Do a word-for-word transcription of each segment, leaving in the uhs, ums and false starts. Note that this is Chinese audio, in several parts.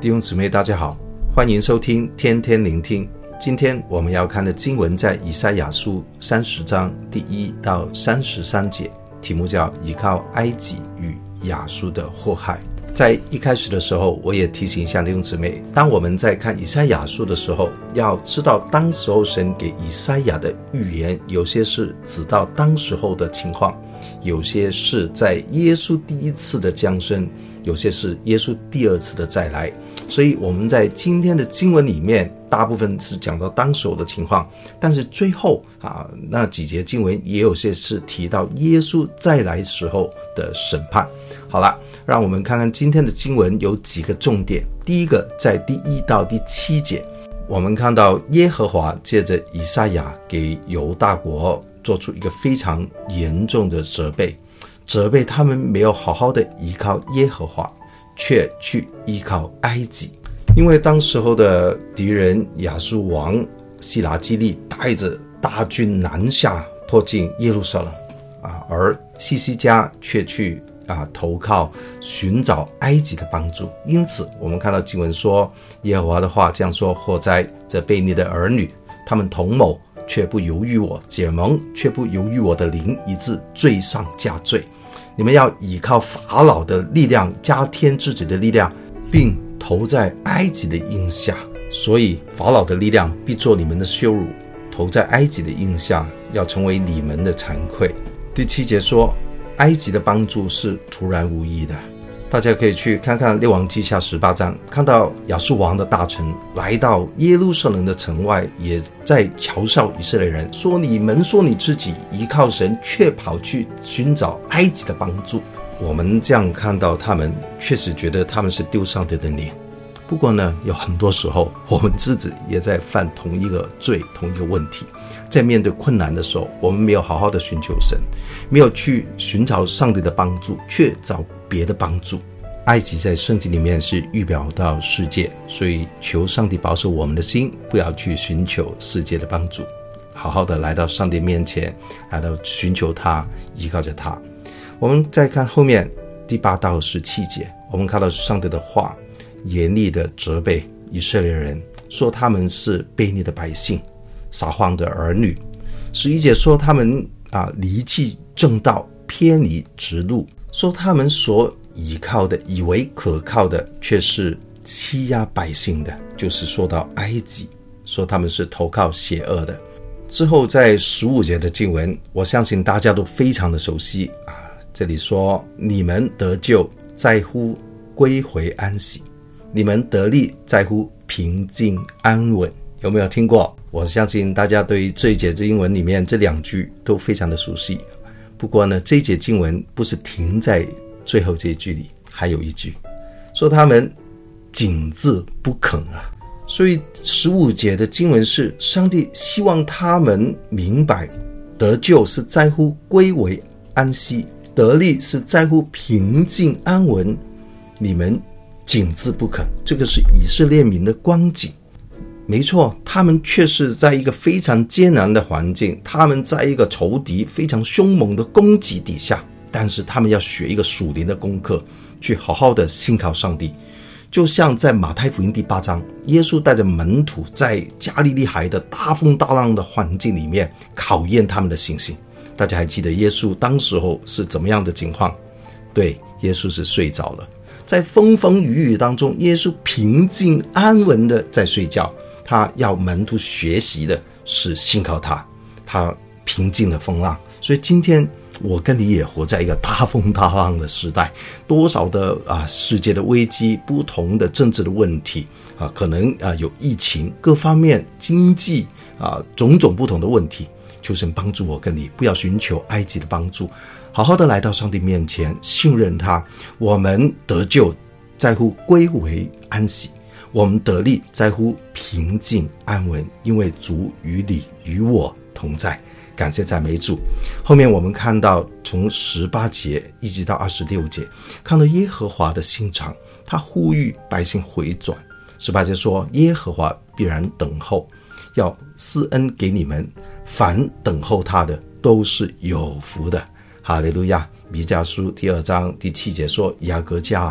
弟兄姊妹大家好，欢迎收听天天聆听。今天我们要看的经文在以赛亚书三十章第一到三十三节，题目叫依靠埃及与亚述的祸害。在一开始的时候，我也提醒一下弟兄姊妹，当我们在看以赛亚书的时候，要知道当时候神给以赛亚的预言，有些是指到当时候的情况，有些是在耶稣第一次的降生，有些是耶稣第二次的再来。所以我们在今天的经文里面，大部分是讲到当时候的情况，但是最后啊那几节经文也有些是提到耶稣再来时候的审判。好了，让我们看看今天的经文有几个重点。第一个，在第一到第七节，我们看到耶和华借着以赛亚给犹大国做出一个非常严重的责备，责备他们没有好好的依靠耶和华，却去依靠埃及。因为当时候的敌人亚述王希拉基利带着大军南下，迫近耶路撒冷啊，而西西家却去啊投靠寻找埃及的帮助。因此我们看到经文说，耶和华的话这样说：祸哉，这悖逆的儿女，他们同谋却不由于我，结盟却不由于我的灵，以致罪上加罪。你们要倚靠法老的力量，加添自己的力量，并投在埃及的印下，所以法老的力量必做你们的羞辱，投在埃及的印下，要成为你们的惭愧。第七节说，埃及的帮助是突然无意的。大家可以去看看列王记下十八章，看到亚述王的大臣来到耶路撒冷的城外，也在嘲笑以色列人，说你们说你自己依靠神，却跑去寻找埃及的帮助。我们这样看到他们，确实觉得他们是丢上帝的脸。不过呢，有很多时候我们自己也在犯同一个罪，同一个问题。在面对困难的时候，我们没有好好的寻求神，没有去寻找上帝的帮助，却找别的帮助。埃及在圣经里面是预表到世界，所以求上帝保守我们的心，不要去寻求世界的帮助，好好的来到上帝面前，来到寻求他，依靠着他。我们再看后面第八到十七节，我们看到上帝的话严厉的责备以色列人，说他们是悖逆的百姓，撒谎的儿女。十一节说他们啊离弃正道，偏离直路，说他们所依靠的，以为可靠的，却是欺压百姓的，就是说到埃及，说他们是投靠邪恶的。之后在十五节的经文，我相信大家都非常的熟悉啊。这里说，你们得救在乎归回安息，你们得力在乎平静安稳。有没有听过？我相信大家对于这一节这英文里面这两句都非常的熟悉。不过呢，这一节经文不是停在最后这一句里，还有一句说他们谨字不肯啊。所以十五节的经文是上帝希望他们明白，得救是在乎归为安息，得力是在乎平静安稳，你们谨字不肯。这个是以色列民的光景。没错，他们确实在一个非常艰难的环境，他们在一个仇敌非常凶猛的攻击底下，但是他们要学一个属灵的功课，去好好的信靠上帝。就像在马太福音第八章，耶稣带着门徒在加利利海的大风大浪的环境里面考验他们的信心。大家还记得耶稣当时候是怎么样的情况？对，耶稣是睡着了，在风风雨雨当中，耶稣平静安稳的在睡觉。他要门徒学习的是信靠他，他平静的风浪。所以今天我跟你也活在一个大风大浪的时代，多少的啊世界的危机，不同的政治的问题啊，可能啊有疫情，各方面经济啊种种不同的问题。求神帮助我跟你，不要寻求埃及的帮助，好好的来到上帝面前，信任他。我们得救在乎归为安息，我们得力在乎平静安稳，因为主与你与我同在。感谢赞美主。后面我们看到从十八节一直到二十六节，看到耶和华的心肠，他呼吁百姓回转。十八节说，耶和华必然等候，要施恩给你们，凡等候他的都是有福的。哈利路亚。弥迦书第二章第七节说，雅各家，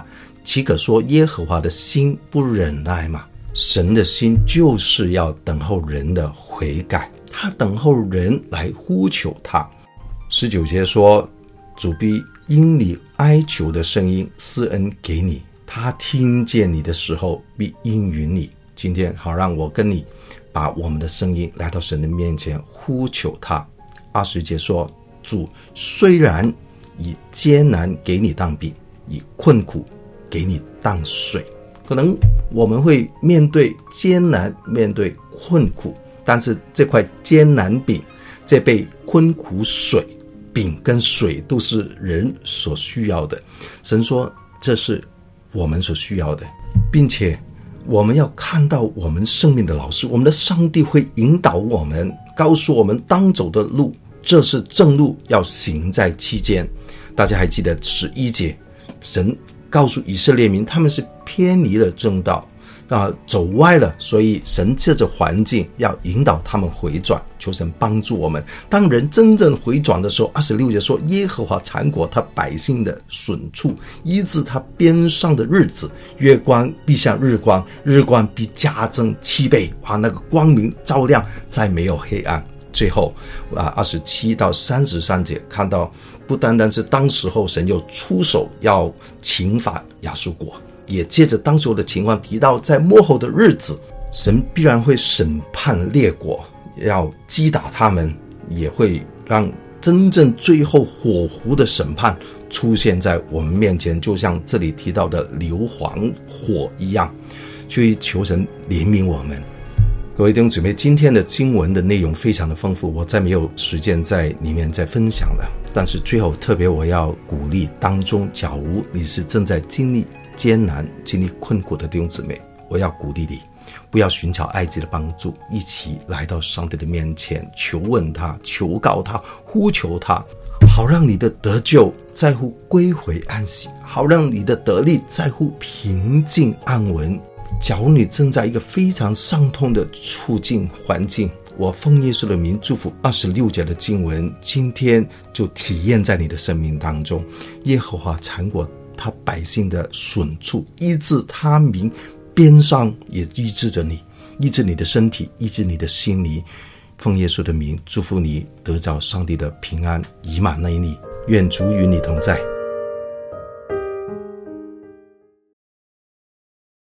岂可说耶和华的心不忍耐吗？神的心就是要等候人的悔改，他等候人来呼求他。十九节说，主必因你哀求的声音施恩给你，他听见你的时候必应允你。今天好让我跟你把我们的声音来到神的面前呼求他。二十节说，主虽然以艰难给你当饼，以困苦给你当水。可能我们会面对艰难，面对困苦，但是这块艰难饼，这杯困苦水，饼跟水都是人所需要的。神说这是我们所需要的，并且我们要看到我们生命的老师，我们的上帝会引导我们，告诉我们当走的路，这是正路，要行在其间。大家还记得十一节，神告诉以色列民他们是偏离了正道啊，走歪了，所以神借着环境要引导他们回转，求神帮助我们。当人真正回转的时候，二十六节说，耶和华缠裹他百姓的损处，医治他边上的日子，月光必像日光，日光必加增七倍。哇，那个光明照亮，再没有黑暗。最后啊，二十七到三十三节看到，不单单是当时候神又出手要刑罚亚述国，也借着当时候的情况提到，在末后的日子，神必然会审判列国，要击打他们，也会让真正最后火湖的审判出现在我们面前，就像这里提到的硫磺火一样，所以求神怜悯我们。各位弟兄姊妹，今天的经文的内容非常的丰富，我再没有时间在里面再分享了。但是最后特别我要鼓励当中，假如你是正在经历艰难、经历困苦的弟兄姊妹，我要鼓励你，不要寻找埃及的帮助，一起来到上帝的面前，求问他，求告他，呼求他，好让你的得救在乎归回安息，好让你的得力在乎平静安稳。假如你正在一个非常伤痛的处境环境，我奉耶稣的名祝福二十六节的经文今天就体验在你的生命当中。耶和华缠裹他百姓的损处，医治他民边上，也医治着你，医治你的身体，医治你的心灵。奉耶稣的名祝福你得着上帝的平安，以马内利。愿主与你同在。